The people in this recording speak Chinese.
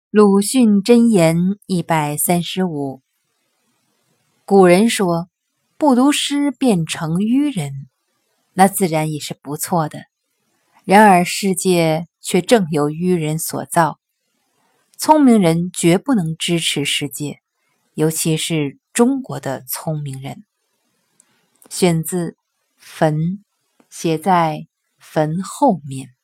鲁迅箴言135。古人说，不读诗便成愚人，那自然也是不错的。然而世界却正由愚人所造，聪明人绝不能支持世界，尤其是中国的聪明人。选自《坟》，写在坟后面。